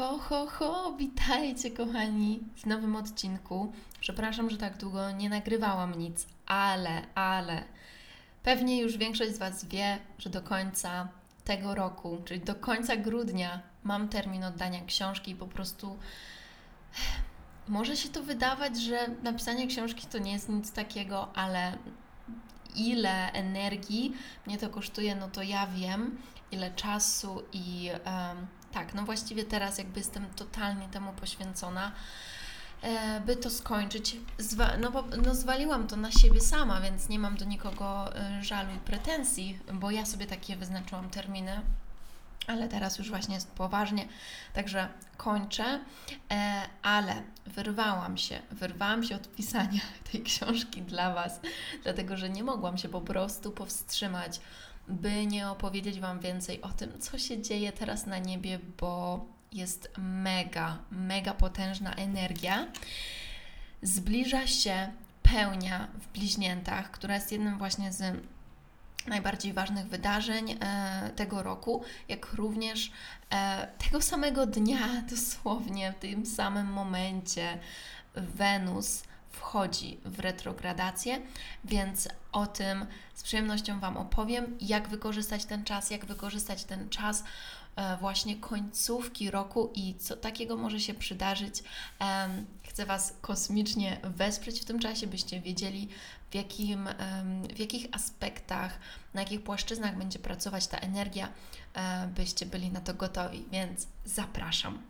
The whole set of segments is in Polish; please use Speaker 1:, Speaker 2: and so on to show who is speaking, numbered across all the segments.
Speaker 1: Witajcie kochani w nowym odcinku. Przepraszam, że tak długo nie nagrywałam nic, ale pewnie już większość z Was wie, że do końca tego roku, czyli do końca grudnia mam termin oddania książki i po prostu może się to wydawać, że napisanie książki to nie jest nic takiego, ale ile energii mnie to kosztuje, no to ja wiem, ile czasu i tak, no właściwie teraz jakby jestem totalnie temu poświęcona, by to skończyć. Zwaliłam to na siebie sama, więc nie mam do nikogo żalu i pretensji, bo ja sobie takie wyznaczyłam terminy, ale teraz już właśnie jest poważnie, także kończę, ale wyrwałam się od pisania tej książki dla Was, dlatego że nie mogłam się po prostu powstrzymać, by nie opowiedzieć Wam więcej o tym, co się dzieje teraz na niebie, bo jest mega potężna energia. Zbliża się pełnia w Bliźniętach, która jest jednym właśnie z najbardziej ważnych wydarzeń tego roku, jak również tego samego dnia, dosłownie w tym samym momencie Wenus wchodzi w retrogradację, więc o tym z przyjemnością Wam opowiem, jak wykorzystać ten czas właśnie końcówki roku i co takiego może się przydarzyć. Chcę Was kosmicznie wesprzeć w tym czasie, byście wiedzieli, w jakich aspektach, na jakich płaszczyznach będzie pracować ta energia, byście byli na to gotowi, więc zapraszam.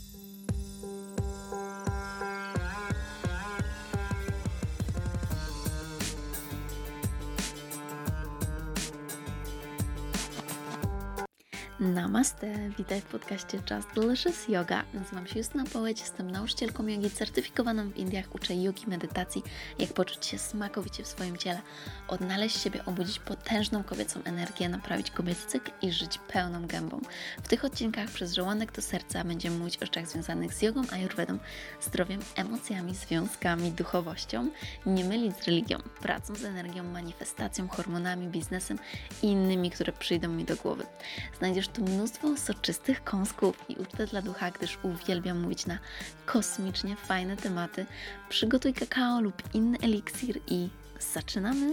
Speaker 2: Namaste, witaj w podcaście Just Delicious Yoga. Nazywam się Justyna Połeć, jestem nauczycielką jogi certyfikowaną w Indiach, uczę jogi, medytacji, jak poczuć się smakowicie w swoim ciele, odnaleźć siebie, obudzić potężną kobiecą energię, naprawić kobiecy cykl i żyć pełną gębą. W tych odcinkach przez żołądek do serca będziemy mówić o rzeczach związanych z jogą, ajurwedą, zdrowiem, emocjami, związkami, duchowością, nie mylić z religią, pracą z energią, manifestacją, hormonami, biznesem i innymi, które przyjdą mi do głowy. Znajdziesz tu mnóstwo soczystych kąsków i ucztę dla ducha, gdyż uwielbiam mówić na kosmicznie fajne tematy. Przygotuj kakao lub inny eliksir i zaczynamy!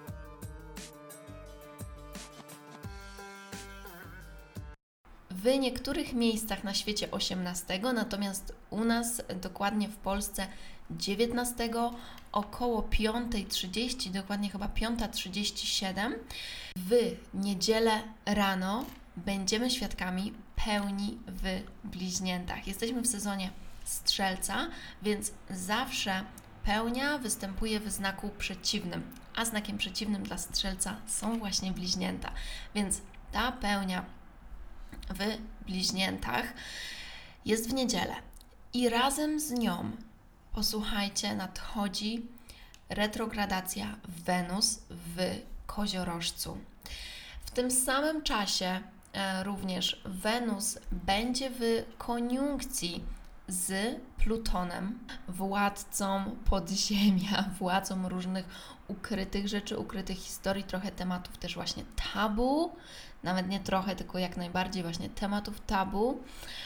Speaker 1: W niektórych miejscach na świecie 18, natomiast u nas, dokładnie w Polsce 19, około 5:30, dokładnie chyba 5:37, w niedzielę rano będziemy świadkami pełni w Bliźniętach. Jesteśmy w sezonie Strzelca, więc zawsze pełnia występuje w znaku przeciwnym, a znakiem przeciwnym dla Strzelca są właśnie Bliźnięta. Więc ta pełnia w Bliźniętach jest w niedzielę i razem z nią, posłuchajcie, nadchodzi retrogradacja Wenus w Koziorożcu. W tym samym czasie również Wenus będzie w koniunkcji z Plutonem, władcą podziemia, władcą różnych ukrytych rzeczy, ukrytych historii, trochę tematów też właśnie tabu, nawet nie trochę, tylko jak najbardziej właśnie tematów tabu,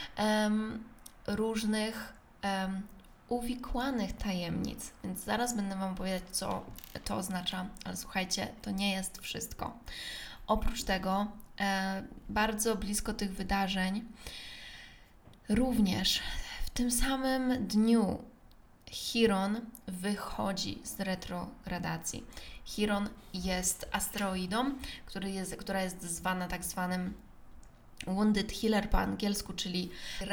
Speaker 1: różnych uwikłanych tajemnic. Więc zaraz będę Wam opowiadać, co to oznacza, ale słuchajcie, to nie jest wszystko. Oprócz tego, bardzo blisko tych wydarzeń, również w tym samym dniu Chiron wychodzi z retrogradacji. Chiron jest asteroidą, która jest zwana tak zwanym wounded healer po angielsku, czyli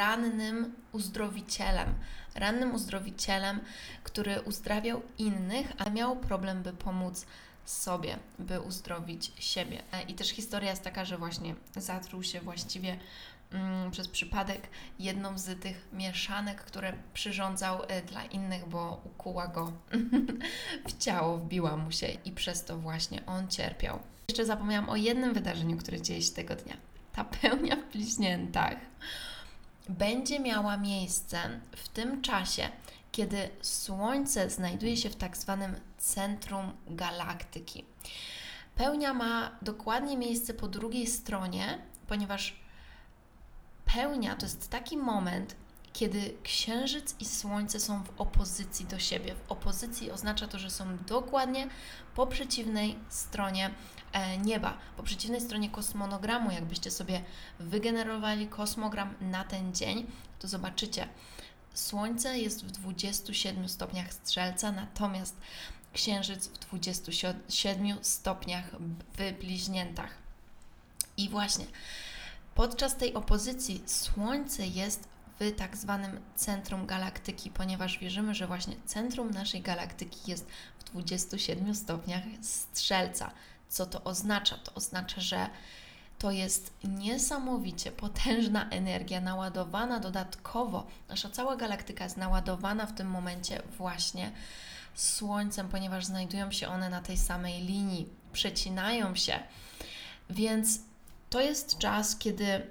Speaker 1: rannym uzdrowicielem, który uzdrawiał innych, a miał problem, by pomóc sobie, by uzdrowić siebie. I też historia jest taka, że właśnie zatruł się właściwie przez przypadek jedną z tych mieszanek, które przyrządzał dla innych, bo ukuła go w ciało, wbiła mu się i przez to właśnie on cierpiał. Jeszcze zapomniałam o jednym wydarzeniu, które dzieje się tego dnia. Ta pełnia w Bliźniętach będzie miała miejsce w tym czasie, kiedy Słońce znajduje się w tak zwanym centrum galaktyki. Pełnia ma dokładnie miejsce po drugiej stronie, ponieważ pełnia to jest taki moment, kiedy Księżyc i Słońce są w opozycji do siebie. W opozycji oznacza to, że są dokładnie po przeciwnej stronie nieba, po przeciwnej stronie kosmonogramu. Jakbyście sobie wygenerowali kosmogram na ten dzień, to zobaczycie, Słońce jest w 27 stopniach Strzelca, natomiast Księżyc w 27 stopniach w Bliźniętach. I właśnie podczas tej opozycji Słońce jest w tak zwanym centrum galaktyki, ponieważ wierzymy, że właśnie centrum naszej galaktyki jest w 27 stopniach Strzelca. Co to oznacza? To oznacza, że to jest niesamowicie potężna energia naładowana dodatkowo. Nasza cała galaktyka jest naładowana w tym momencie właśnie Słońcem, ponieważ znajdują się one na tej samej linii, przecinają się. Więc to jest czas, kiedy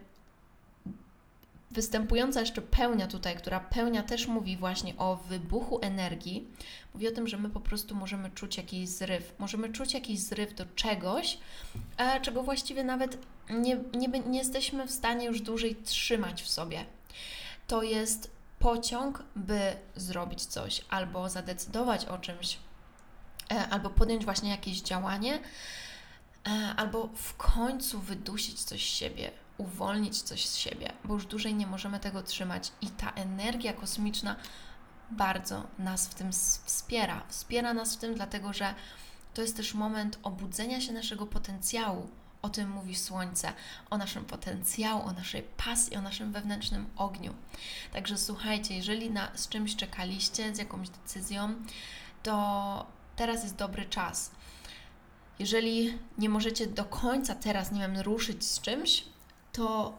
Speaker 1: występująca jeszcze pełnia tutaj, która pełnia też mówi właśnie o wybuchu energii, mówi o tym, że my po prostu możemy czuć jakiś zryw. Możemy czuć jakiś zryw do czegoś, czego właściwie nawet nie jesteśmy w stanie już dłużej trzymać w sobie. To jest pociąg, by zrobić coś, albo zadecydować o czymś, albo podjąć właśnie jakieś działanie, albo w końcu wydusić coś z siebie, uwolnić coś z siebie, bo już dłużej nie możemy tego trzymać i ta energia kosmiczna bardzo nas w tym wspiera. Wspiera nas w tym, dlatego że to jest też moment obudzenia się naszego potencjału. O tym mówi Słońce, o naszym potencjału, o naszej pasji, o naszym wewnętrznym ogniu. Także słuchajcie, jeżeli z czymś czekaliście, z jakąś decyzją, to teraz jest dobry czas. Jeżeli nie możecie do końca teraz, ruszyć z czymś, to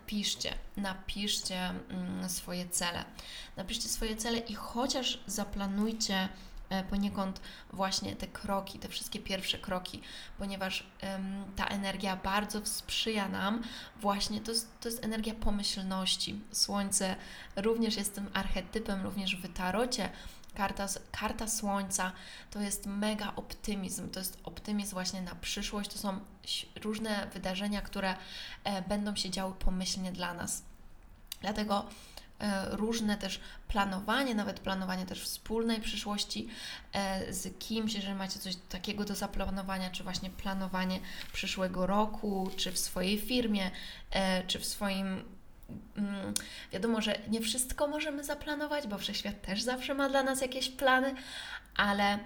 Speaker 1: napiszcie swoje cele. Napiszcie swoje cele i chociaż zaplanujcie poniekąd właśnie te kroki, te wszystkie pierwsze kroki, ponieważ ta energia bardzo sprzyja nam właśnie, to jest energia pomyślności. Słońce również jest tym archetypem, również w tarocie. Karta Słońca to jest mega optymizm, to jest optymizm właśnie na przyszłość, to są różne wydarzenia, które będą się działy pomyślnie dla nas. Dlatego różne też planowanie, nawet planowanie też wspólnej przyszłości z kimś, jeżeli macie coś takiego do zaplanowania, czy właśnie planowanie przyszłego roku, czy w swojej firmie, czy w swoim wiadomo, że nie wszystko możemy zaplanować, bo Wszechświat też zawsze ma dla nas jakieś plany, ale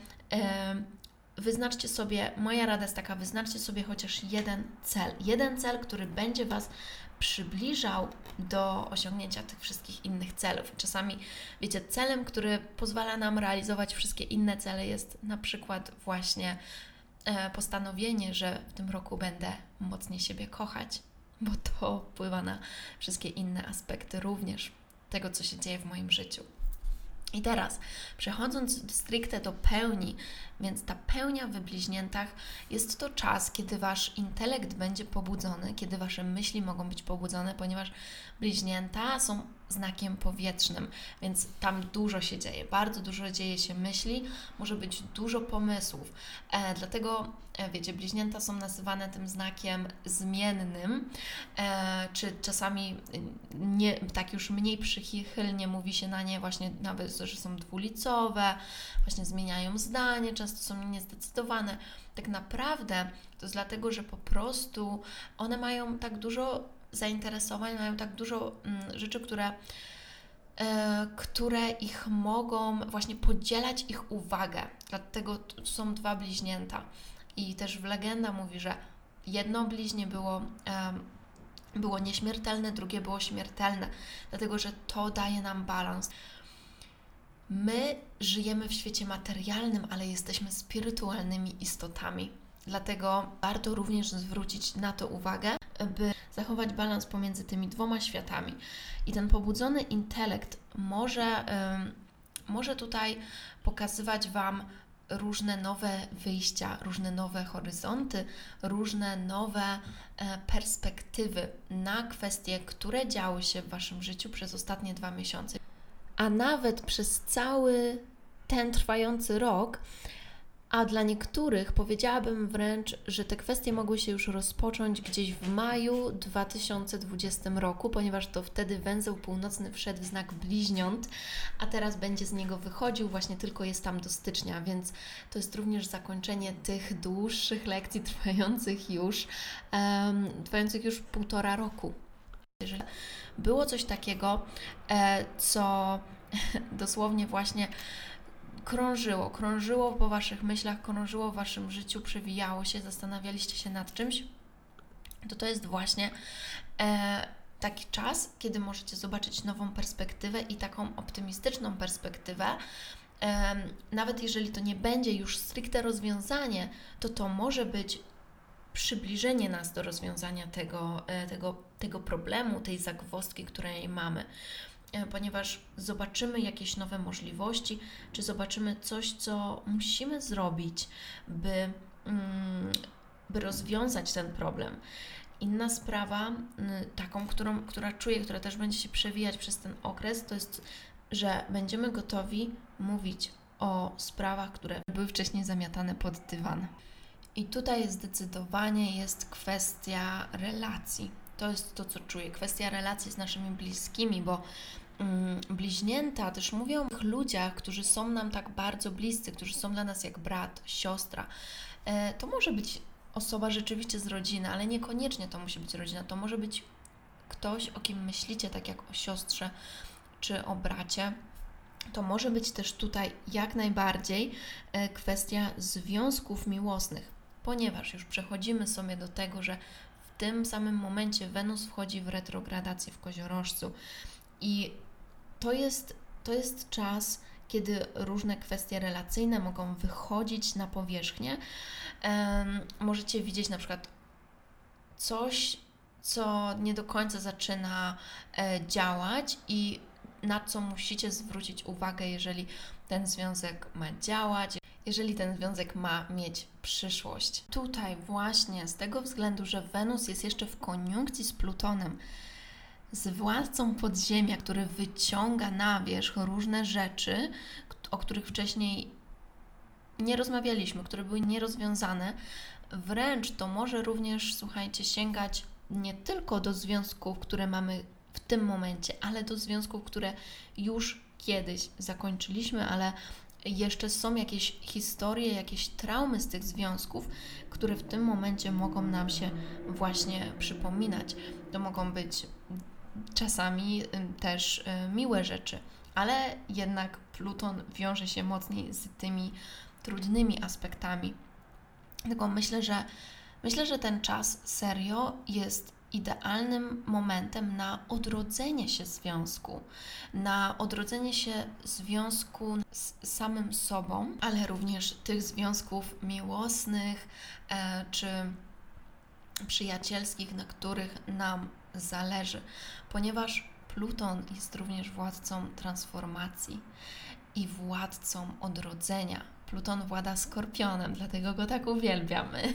Speaker 1: wyznaczcie sobie, moja rada jest taka, wyznaczcie sobie chociaż jeden cel, który będzie Was przybliżał do osiągnięcia tych wszystkich innych celów. Czasami, wiecie, celem, który pozwala nam realizować wszystkie inne cele jest na przykład właśnie postanowienie, że w tym roku będę mocniej siebie kochać, bo to wpływa na wszystkie inne aspekty również tego, co się dzieje w moim życiu. I teraz, przechodząc stricte do pełni, więc ta pełnia w Bliźniętach jest to czas, kiedy Wasz intelekt będzie pobudzony, kiedy Wasze myśli mogą być pobudzone, ponieważ Bliźnięta są znakiem powietrznym, więc tam dużo się dzieje, bardzo dużo dzieje się myśli, może być dużo pomysłów. Dlatego, wiecie, Bliźnięta są nazywane tym znakiem zmiennym, czy czasami tak już mniej przychylnie mówi się na nie właśnie nawet, że są dwulicowe, właśnie zmieniają zdanie, często są niezdecydowane. Tak naprawdę to jest dlatego, że po prostu one mają tak dużo zainteresowań, mają tak dużo rzeczy, które ich mogą właśnie podzielać ich uwagę. Dlatego są dwa bliźnięta. I też legenda mówi, że jedno bliźnie było nieśmiertelne, drugie było śmiertelne, dlatego że to daje nam balans. My żyjemy w świecie materialnym, ale jesteśmy spirytualnymi istotami. Dlatego warto również zwrócić na to uwagę, by zachować balans pomiędzy tymi dwoma światami. I ten pobudzony intelekt może tutaj pokazywać Wam różne nowe wyjścia, różne nowe horyzonty, różne nowe perspektywy na kwestie, które działy się w Waszym życiu przez ostatnie 2 miesiące. A nawet przez cały ten trwający rok A dla niektórych powiedziałabym wręcz, że te kwestie mogły się już rozpocząć gdzieś w maju 2020 roku, ponieważ to wtedy węzeł północny wszedł w znak bliźniąt, a teraz będzie z niego wychodził, właśnie tylko jest tam do stycznia, więc to jest również zakończenie tych dłuższych lekcji trwających już 1,5 roku. Jeżeli było coś takiego, co dosłownie właśnie krążyło po Waszych myślach, krążyło w Waszym życiu, przewijało się, zastanawialiście się nad czymś, to jest właśnie taki czas, kiedy możecie zobaczyć nową perspektywę i taką optymistyczną perspektywę. Nawet jeżeli to nie będzie już stricte rozwiązanie, to może być przybliżenie nas do rozwiązania tego problemu, tej zagwozdki, której mamy. Ponieważ zobaczymy jakieś nowe możliwości, czy zobaczymy coś, co musimy zrobić, by rozwiązać ten problem. Inna sprawa, taką, która czuję, która też będzie się przewijać przez ten okres, to jest, że będziemy gotowi mówić o sprawach, które były wcześniej zamiatane pod dywan. I tutaj zdecydowanie jest kwestia relacji. To jest to, co czuję. Kwestia relacji z naszymi bliskimi, bo bliźnięta też mówią o tych ludziach, którzy są nam tak bardzo bliscy, którzy są dla nas jak brat, siostra. To może być osoba rzeczywiście z rodziny, ale niekoniecznie to musi być rodzina. To może być ktoś, o kim myślicie tak jak o siostrze czy o bracie. To może być też tutaj jak najbardziej kwestia związków miłosnych, ponieważ już przechodzimy sobie do tego, że w tym samym momencie Wenus wchodzi w retrogradację w Koziorożcu i to jest czas, kiedy różne kwestie relacyjne mogą wychodzić na powierzchnię. Możecie widzieć na przykład coś, co nie do końca zaczyna działać i na co musicie zwrócić uwagę, jeżeli ten związek ma działać, jeżeli ten związek ma mieć przyszłość. Tutaj właśnie z tego względu, że Wenus jest jeszcze w koniunkcji z Plutonem, z władcą podziemia, który wyciąga na wierzch różne rzeczy, o których wcześniej nie rozmawialiśmy, które były nierozwiązane, wręcz to może również, słuchajcie, sięgać nie tylko do związków, które mamy w tym momencie, ale do związków, które już kiedyś zakończyliśmy, ale jeszcze są jakieś historie, jakieś traumy z tych związków, które w tym momencie mogą nam się właśnie przypominać. To mogą być czasami też miłe rzeczy, ale jednak Pluton wiąże się mocniej z tymi trudnymi aspektami. Tylko myślę, że ten czas serio jest idealnym momentem na odrodzenie się związku, na odrodzenie się związku z samym sobą, ale również tych związków miłosnych czy przyjacielskich, na których nam zależy, ponieważ Pluton jest również władcą transformacji i władcą odrodzenia. Pluton włada Skorpionem, dlatego go tak uwielbiamy.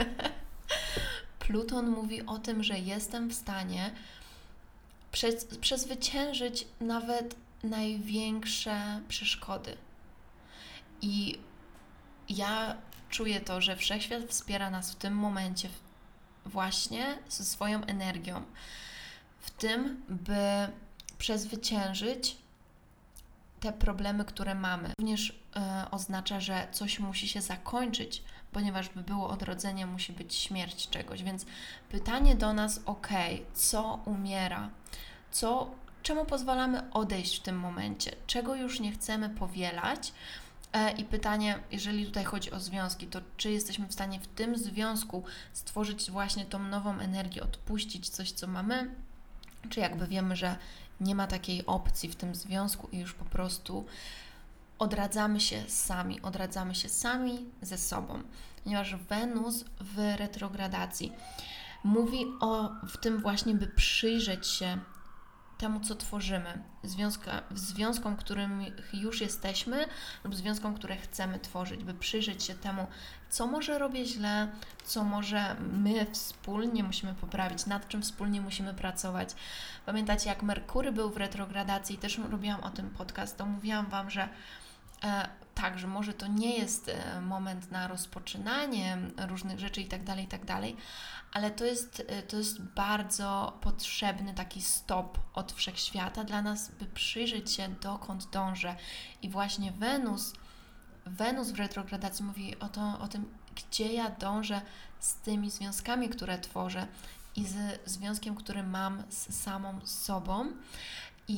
Speaker 1: Pluton mówi o tym, że jestem w stanie przezwyciężyć nawet największe przeszkody. I ja czuję to, że Wszechświat wspiera nas w tym momencie właśnie ze swoją energią, w tym, by przezwyciężyć te problemy, które mamy. Również oznacza, że coś musi się zakończyć, ponieważ by było odrodzenie, musi być śmierć czegoś. Więc pytanie do nas, co umiera? Czemu pozwalamy odejść w tym momencie? Czego już nie chcemy powielać? I pytanie, jeżeli tutaj chodzi o związki, to czy jesteśmy w stanie w tym związku stworzyć właśnie tą nową energię, odpuścić coś, co mamy? Czy jakby wiemy, że nie ma takiej opcji w tym związku i już po prostu odradzamy się sami ze sobą. Ponieważ Wenus w retrogradacji mówi w tym właśnie, by przyjrzeć się temu, co tworzymy, związkom, którym już jesteśmy lub związkom, które chcemy tworzyć, by przyjrzeć się temu, co może robię źle, co może my wspólnie musimy poprawić, nad czym wspólnie musimy pracować. Pamiętacie, jak Merkury był w retrogradacji, też robiłam o tym podcast, to mówiłam Wam, że Tak, że może to nie jest moment na rozpoczynanie różnych rzeczy i tak dalej, ale to jest bardzo potrzebny taki stop od wszechświata dla nas, by przyjrzeć się, dokąd dążę. I właśnie Wenus w retrogradacji mówi o tym, gdzie ja dążę z tymi związkami, które tworzę i z związkiem, który mam z samą sobą i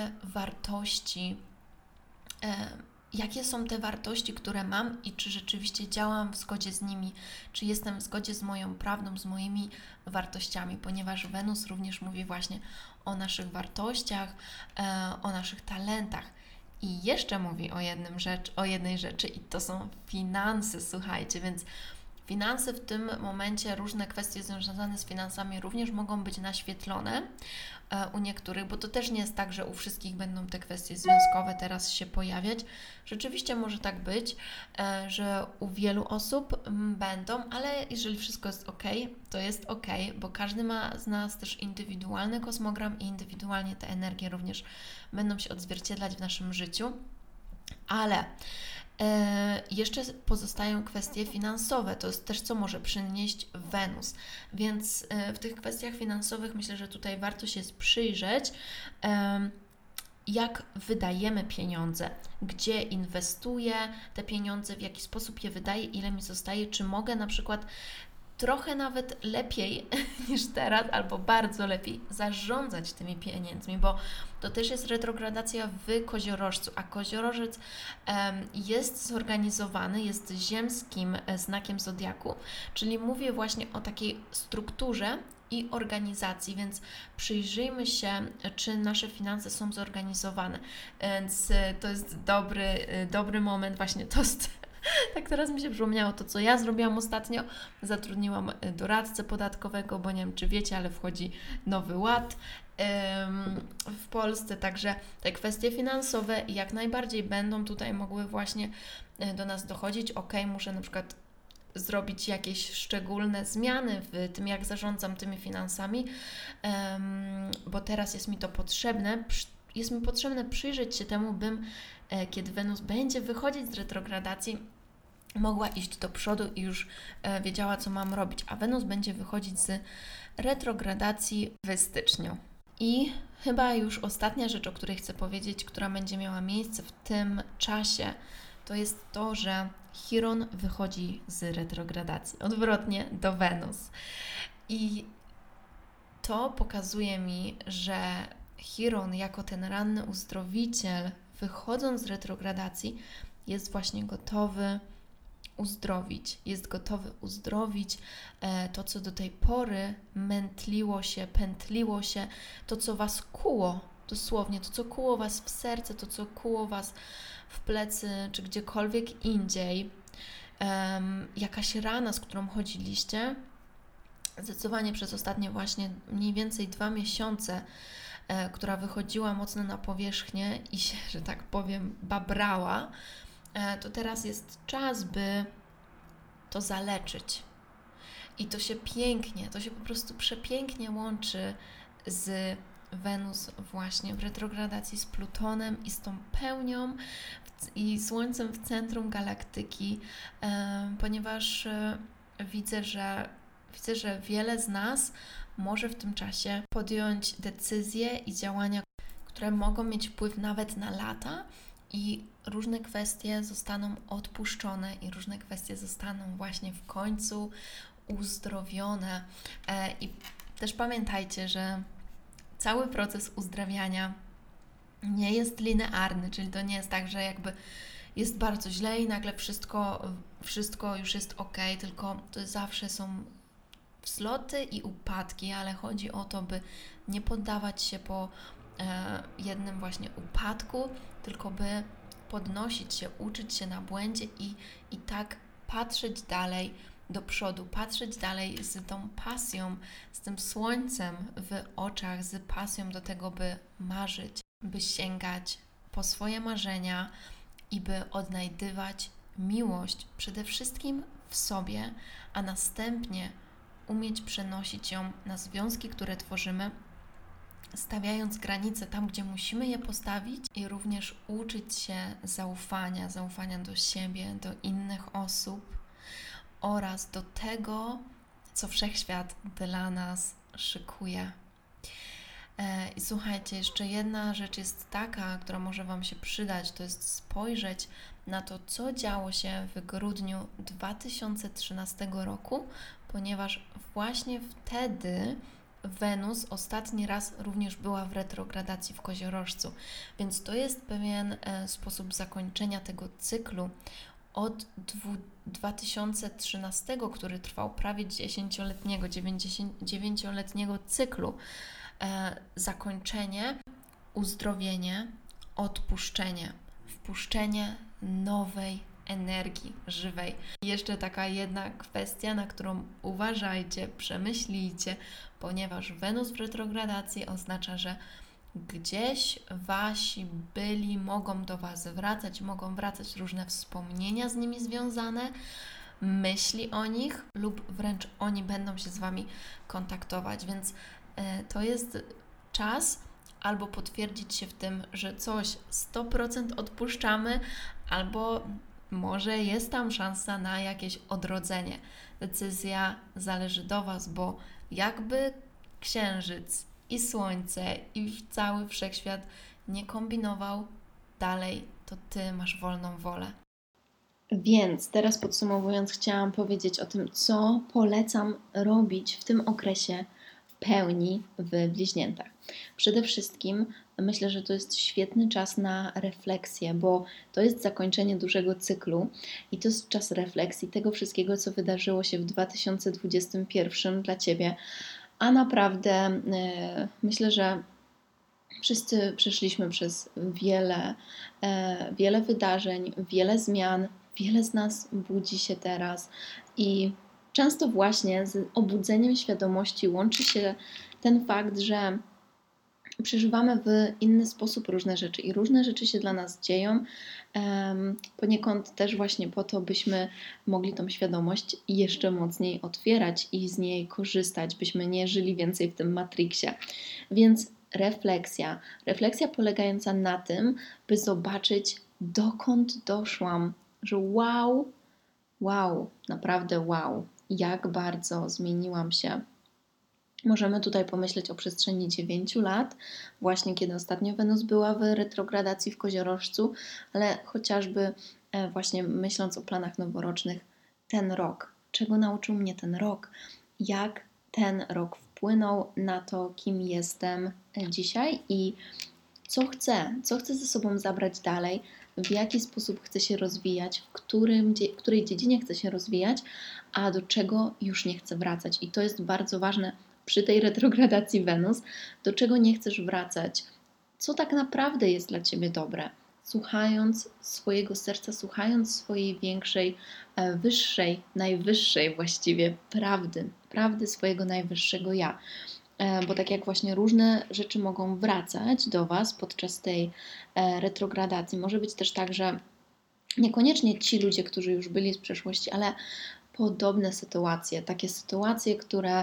Speaker 1: jakie są te wartości, które mam i czy rzeczywiście działam w zgodzie z nimi, czy jestem w zgodzie z moją prawdą, z moimi wartościami, ponieważ Wenus również mówi właśnie o naszych wartościach, o naszych talentach. I jeszcze mówi o jednej rzeczy i to są finanse, słuchajcie, więc finanse w tym momencie, różne kwestie związane z finansami również mogą być naświetlone u niektórych, bo to też nie jest tak, że u wszystkich będą te kwestie związkowe teraz się pojawiać. Rzeczywiście może tak być, że u wielu osób będą, ale jeżeli wszystko jest ok, to jest ok, bo każdy ma z nas też indywidualny kosmogram i indywidualnie te energie również będą się odzwierciedlać w naszym życiu, ale jeszcze pozostają kwestie finansowe, to jest też co może przynieść Wenus, więc w tych kwestiach finansowych myślę, że tutaj warto się przyjrzeć, jak wydajemy pieniądze, gdzie inwestuję te pieniądze, w jaki sposób je wydaję, ile mi zostaje, czy mogę na przykład trochę nawet lepiej niż teraz, albo bardzo lepiej zarządzać tymi pieniędzmi, bo to też jest retrogradacja w koziorożcu, a koziorożec jest zorganizowany, jest ziemskim znakiem zodiaku, czyli mówię właśnie o takiej strukturze i organizacji, więc przyjrzyjmy się, czy nasze finanse są zorganizowane. Więc to jest dobry moment, właśnie to jest. Tak teraz mi się przypomniało to, co ja zrobiłam ostatnio. Zatrudniłam doradcę podatkowego, bo nie wiem, czy wiecie, ale wchodzi nowy ład w Polsce, także te kwestie finansowe jak najbardziej będą tutaj mogły właśnie do nas dochodzić. Muszę na przykład zrobić jakieś szczególne zmiany w tym, jak zarządzam tymi finansami, bo teraz jest mi to potrzebne. Jest mi potrzebne przyjrzeć się temu, bym, kiedy Wenus będzie wychodzić z retrogradacji, mogła iść do przodu i już wiedziała, co mam robić. A Wenus będzie wychodzić z retrogradacji w styczniu. I chyba już ostatnia rzecz, o której chcę powiedzieć, która będzie miała miejsce w tym czasie, to jest to, że Chiron wychodzi z retrogradacji, odwrotnie do Wenus. I to pokazuje mi, że Chiron jako ten ranny uzdrowiciel, wychodząc z retrogradacji, jest właśnie gotowy uzdrowić. Jest gotowy uzdrowić to, co do tej pory mętliło się, pętliło się, to, co Was kuło, dosłownie, to, co kuło Was w serce, to, co kuło Was w plecy, czy gdziekolwiek indziej. Jakaś rana, z którą chodziliście, zdecydowanie przez ostatnie właśnie mniej więcej 2 miesiące, która wychodziła mocno na powierzchnię i się, że tak powiem, babrała, to teraz jest czas, by to zaleczyć. I to się po prostu przepięknie łączy z Wenus właśnie w retrogradacji z Plutonem i z tą pełnią i Słońcem w centrum galaktyki, ponieważ widzę, że wiele z nas może w tym czasie podjąć decyzje i działania, które mogą mieć wpływ nawet na lata i różne kwestie zostaną odpuszczone i różne kwestie zostaną właśnie w końcu uzdrowione. I też pamiętajcie, że cały proces uzdrawiania nie jest linearny, czyli to nie jest tak, że jakby jest bardzo źle i nagle wszystko już jest ok, tylko to zawsze są wzloty i upadki, ale chodzi o to, by nie poddawać się po jednym właśnie upadku, tylko by podnosić się, uczyć się na błędzie i tak patrzeć dalej do przodu, patrzeć dalej z tą pasją, z tym słońcem w oczach, z pasją do tego, by marzyć, by sięgać po swoje marzenia i by odnajdywać miłość przede wszystkim w sobie, a następnie umieć przenosić ją na związki, które tworzymy stawiając granice tam, gdzie musimy je postawić i również uczyć się zaufania do siebie, do innych osób oraz do tego, co Wszechświat dla nas szykuje. I słuchajcie, jeszcze jedna rzecz jest taka, która może Wam się przydać, to jest spojrzeć na to, co działo się w grudniu 2013 roku, ponieważ właśnie wtedy Wenus ostatni raz również była w retrogradacji w Koziorożcu, więc to jest pewien sposób zakończenia tego cyklu od 2013, który trwał prawie 10-letniego, 9-letniego cyklu. Zakończenie, uzdrowienie, odpuszczenie, wpuszczenie nowej energii żywej. I jeszcze taka jedna kwestia, na którą uważajcie, przemyślijcie, ponieważ Wenus w retrogradacji oznacza, że gdzieś Wasi byli mogą do Was wracać, mogą wracać różne wspomnienia z nimi związane, myśli o nich lub wręcz oni będą się z Wami kontaktować, więc to jest czas albo potwierdzić się w tym, że coś 100% odpuszczamy, albo może jest tam szansa na jakieś odrodzenie. Decyzja zależy do Was, bo jakby Księżyc i Słońce i cały Wszechświat nie kombinował dalej, to Ty masz wolną wolę.
Speaker 2: Więc teraz podsumowując, chciałam powiedzieć o tym, co polecam robić w tym okresie pełni w bliźniętach. Przede wszystkim myślę, że to jest świetny czas na refleksję, bo to jest zakończenie dużego cyklu i to jest czas refleksji tego wszystkiego, co wydarzyło się w 2021 dla Ciebie, a naprawdę myślę, że wszyscy przeszliśmy przez wiele wydarzeń, wiele zmian, wiele z nas budzi się teraz i często właśnie z obudzeniem świadomości łączy się ten fakt, że przeżywamy w inny sposób różne rzeczy i różne rzeczy się dla nas dzieją, poniekąd też właśnie po to, byśmy mogli tą świadomość jeszcze mocniej otwierać i z niej korzystać, byśmy nie żyli więcej w tym Matrixie. Więc refleksja polegająca na tym, by zobaczyć, dokąd doszłam, że wow, naprawdę wow, jak bardzo zmieniłam się. Możemy tutaj pomyśleć o przestrzeni 9 lat, właśnie kiedy ostatnio Wenus była w retrogradacji w Koziorożcu, ale chociażby właśnie myśląc o planach noworocznych, ten rok, czego nauczył mnie ten rok, jak ten rok wpłynął na to, kim jestem dzisiaj i co chcę ze sobą zabrać dalej, w jaki sposób chcę się rozwijać, w której dziedzinie chcę się rozwijać, a do czego już nie chcę wracać. I to jest bardzo ważne przy tej retrogradacji Wenus, do czego nie chcesz wracać, co tak naprawdę jest dla Ciebie dobre. Słuchając swojego serca, słuchając swojej większej, wyższej, najwyższej właściwie prawdy swojego najwyższego ja. Bo tak jak właśnie różne rzeczy mogą wracać do Was podczas tej retrogradacji, może być też tak, że niekoniecznie ci ludzie, którzy już byli z przeszłości, ale podobne sytuacje, takie sytuacje, które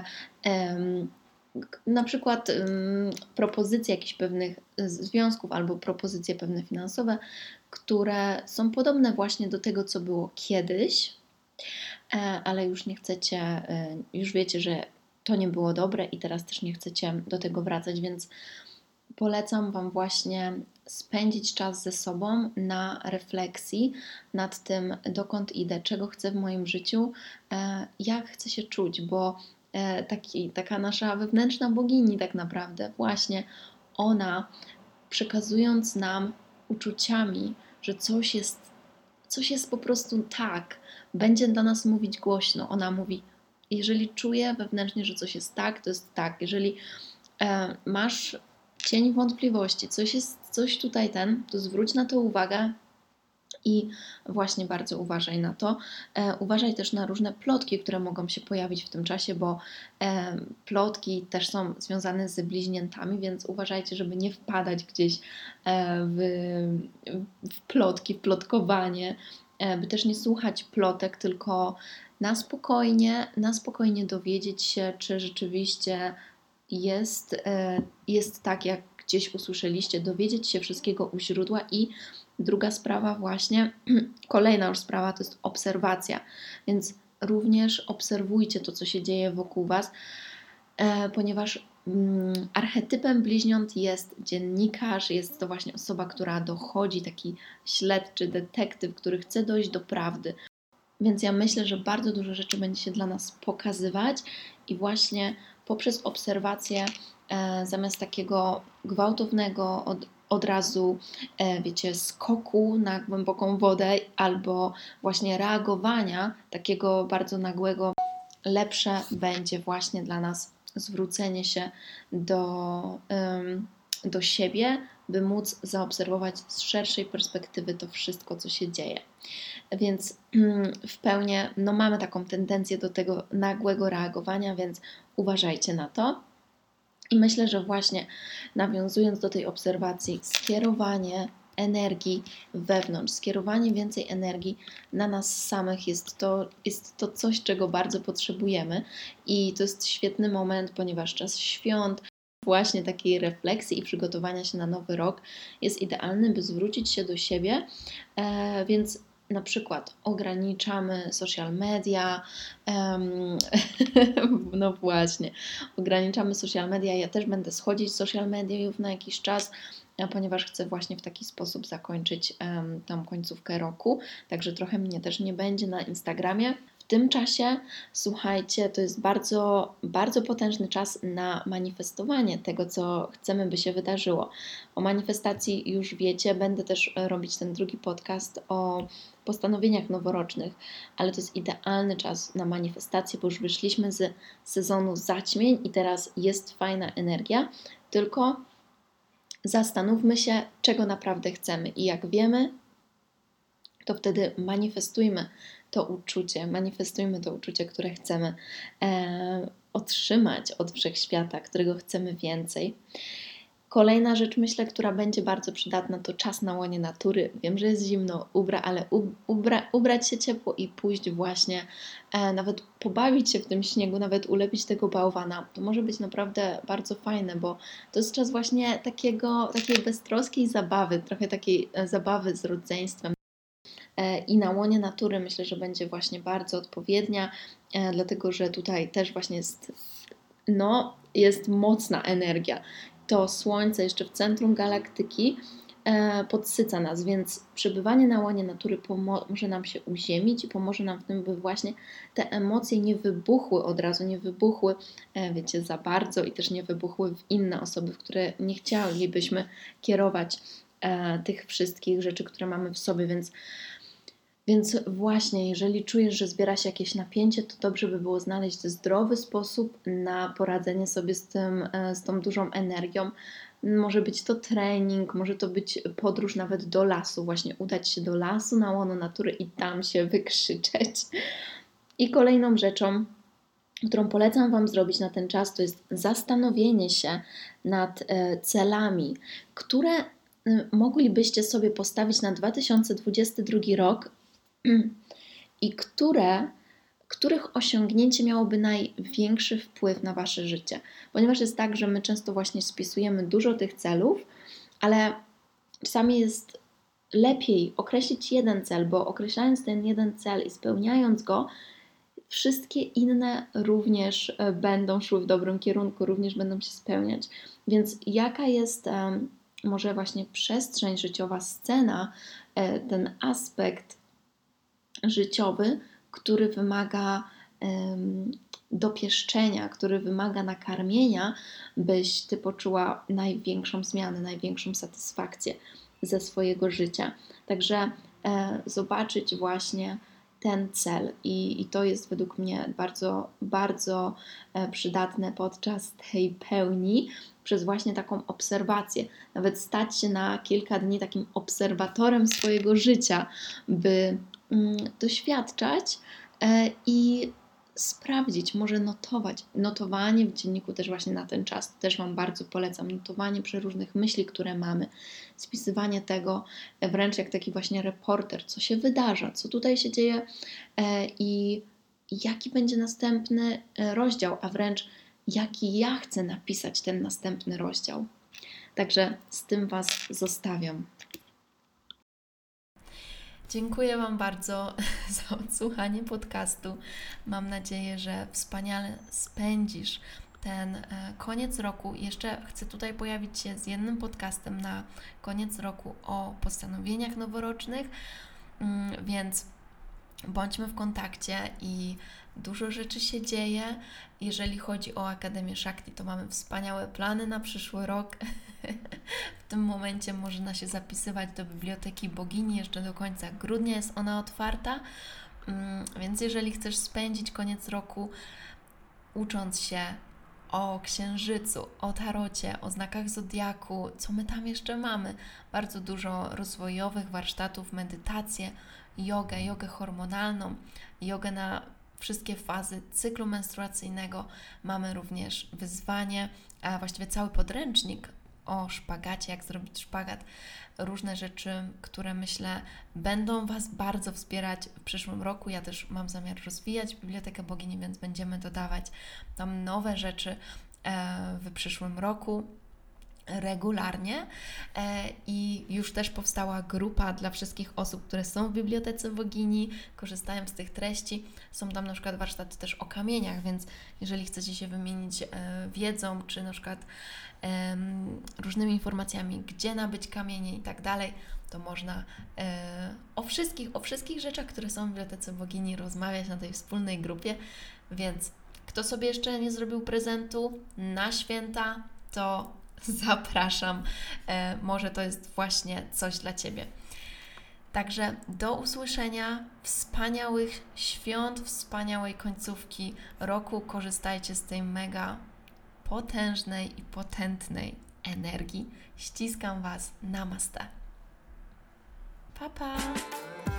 Speaker 2: na przykład propozycje jakichś pewnych związków albo propozycje pewne finansowe, które są podobne właśnie do tego, co było kiedyś, ale już nie chcecie, już wiecie, że to nie było dobre i teraz też nie chcecie do tego wracać, więc polecam Wam właśnie spędzić czas ze sobą na refleksji nad tym, dokąd idę, czego chcę w moim życiu, jak chcę się czuć, bo taka nasza wewnętrzna bogini tak naprawdę, właśnie ona przekazując nam uczuciami, że coś jest po prostu tak, będzie dla nas mówić głośno. Ona mówi, jeżeli czuję wewnętrznie, że coś jest tak, to jest tak. Jeżeli masz cień wątpliwości, coś tutaj to zwróć na to uwagę i właśnie bardzo uważaj na to. Uważaj też na różne plotki, które mogą się pojawić w tym czasie, bo plotki też są związane z bliźniętami, więc uważajcie, żeby nie wpadać gdzieś w plotki, w plotkowanie, by też nie słuchać plotek, tylko na spokojnie dowiedzieć się, czy rzeczywiście jest tak, jak gdzieś usłyszeliście, dowiedzieć się wszystkiego u źródła. I druga sprawa właśnie, kolejna już sprawa, to jest obserwacja, więc również obserwujcie to, co się dzieje wokół Was, ponieważ archetypem bliźniąt jest dziennikarz, jest to właśnie osoba, która dochodzi, taki śledczy, detektyw, który chce dojść do prawdy. Więc ja myślę, że bardzo dużo rzeczy będzie się dla nas pokazywać i właśnie poprzez obserwację, zamiast takiego gwałtownego od razu, wiecie, skoku na głęboką wodę albo właśnie reagowania takiego bardzo nagłego, lepsze będzie właśnie dla nas zwrócenie się do siebie, by móc zaobserwować z szerszej perspektywy to wszystko, co się dzieje. Więc w pełni mamy taką tendencję do tego nagłego reagowania, więc uważajcie na to. I myślę, że właśnie nawiązując do tej obserwacji, skierowanie energii wewnątrz, skierowanie więcej energii na nas samych jest to coś, czego bardzo potrzebujemy i to jest świetny moment, ponieważ czas świąt, właśnie takiej refleksji i przygotowania się na nowy rok jest idealny, by zwrócić się do siebie, więc na przykład ograniczamy social media, no właśnie, ograniczamy social media. Ja też będę schodzić z social mediów na jakiś czas, ponieważ chcę właśnie w taki sposób zakończyć tą końcówkę roku, także trochę mnie też nie będzie na Instagramie. W tym czasie, słuchajcie, to jest bardzo, bardzo potężny czas na manifestowanie tego, co chcemy, by się wydarzyło. O manifestacji już wiecie, będę też robić ten drugi podcast o postanowieniach noworocznych, ale to jest idealny czas na manifestację, bo już wyszliśmy z sezonu zaćmień i teraz jest fajna energia, tylko zastanówmy się, czego naprawdę chcemy i jak wiemy, to wtedy manifestujmy to uczucie, które chcemy otrzymać od wszechświata, którego chcemy więcej. Kolejna rzecz, myślę, która będzie bardzo przydatna, to czas na łonie natury. Wiem, że jest zimno, ale ubrać się ciepło i pójść właśnie, nawet pobawić się w tym śniegu, nawet ulepić tego bałwana. To może być naprawdę bardzo fajne, bo to jest czas właśnie takiej beztroskiej zabawy, trochę takiej zabawy z rodzeństwem. I na łonie natury myślę, że będzie właśnie bardzo odpowiednia, dlatego że tutaj też właśnie jest mocna energia. To Słońce jeszcze w centrum galaktyki podsyca nas, więc przebywanie na łonie natury pomoże nam się uziemić i pomoże nam w tym, by właśnie te emocje nie wybuchły od razu, nie wybuchły, wiecie, za bardzo i też nie wybuchły w inne osoby, w które nie chcielibyśmy kierować tych wszystkich rzeczy, które mamy w sobie, więc właśnie, jeżeli czujesz, że zbiera się jakieś napięcie, to dobrze by było znaleźć zdrowy sposób na poradzenie sobie z tą dużą energią. Może być to trening, może to być podróż nawet do lasu, właśnie udać się do lasu na łono natury i tam się wykrzyczeć. I kolejną rzeczą, którą polecam Wam zrobić na ten czas, to jest zastanowienie się nad celami, które moglibyście sobie postawić na 2022 rok i których osiągnięcie miałoby największy wpływ na Wasze życie. Ponieważ jest tak, że my często właśnie spisujemy dużo tych celów, ale czasami jest lepiej określić jeden cel, bo określając ten jeden cel i spełniając go, wszystkie inne również będą szły w dobrym kierunku, również będą się spełniać. Więc jaka jest może właśnie przestrzeń życiowa, scena, ten aspekt życiowy, który wymaga dopieszczenia, który wymaga nakarmienia, byś Ty poczuła największą zmianę, największą satysfakcję ze swojego życia. Także zobaczyć właśnie ten cel i to jest według mnie bardzo, bardzo przydatne podczas tej pełni, przez właśnie taką obserwację. Nawet stać się na kilka dni takim obserwatorem swojego życia, by doświadczać i sprawdzić, może notować. Notowanie w dzienniku też właśnie na ten czas, też Wam bardzo polecam. Notowanie przeróżnych myśli, które mamy, spisywanie tego wręcz jak taki właśnie reporter, co się wydarza, co tutaj się dzieje i jaki będzie następny rozdział, a wręcz jaki ja chcę napisać ten następny rozdział. Także z tym Was zostawiam.
Speaker 1: Dziękuję Wam bardzo za odsłuchanie podcastu. Mam nadzieję, że wspaniale spędzisz ten koniec roku. Jeszcze chcę tutaj pojawić się z jednym podcastem na koniec roku o postanowieniach noworocznych, więc bądźmy w kontakcie i dużo rzeczy się dzieje. Jeżeli chodzi o Akademię Shakti, to mamy wspaniałe plany na przyszły rok. W tym momencie można się zapisywać do Biblioteki Bogini. Jeszcze do końca grudnia jest ona otwarta. Więc jeżeli chcesz spędzić koniec roku ucząc się o księżycu, o tarocie, o znakach zodiaku, co my tam jeszcze mamy? Bardzo dużo rozwojowych warsztatów, medytację, jogę hormonalną, jogę na wszystkie fazy cyklu menstruacyjnego. Mamy również wyzwanie, a właściwie cały podręcznik o szpagacie, jak zrobić szpagat. Różne rzeczy, które myślę będą Was bardzo wspierać w przyszłym roku. Ja też mam zamiar rozwijać Bibliotekę Bogini, więc będziemy dodawać tam nowe rzeczy w przyszłym roku regularnie i już też powstała grupa dla wszystkich osób, które są w Bibliotece Bogini, korzystają z tych treści. Są tam na przykład warsztaty też o kamieniach, więc jeżeli chcecie się wymienić wiedzą, czy na przykład różnymi informacjami, gdzie nabyć kamienie i tak dalej, to można o wszystkich rzeczach, które są w Bibliotece Bogini, rozmawiać na tej wspólnej grupie, więc kto sobie jeszcze nie zrobił prezentu na święta, to zapraszam. Może to jest właśnie coś dla Ciebie. Także do usłyszenia. Wspaniałych świąt, wspaniałej końcówki roku. Korzystajcie z tej mega potężnej i potentnej energii. Ściskam Was. Namaste. Pa, pa!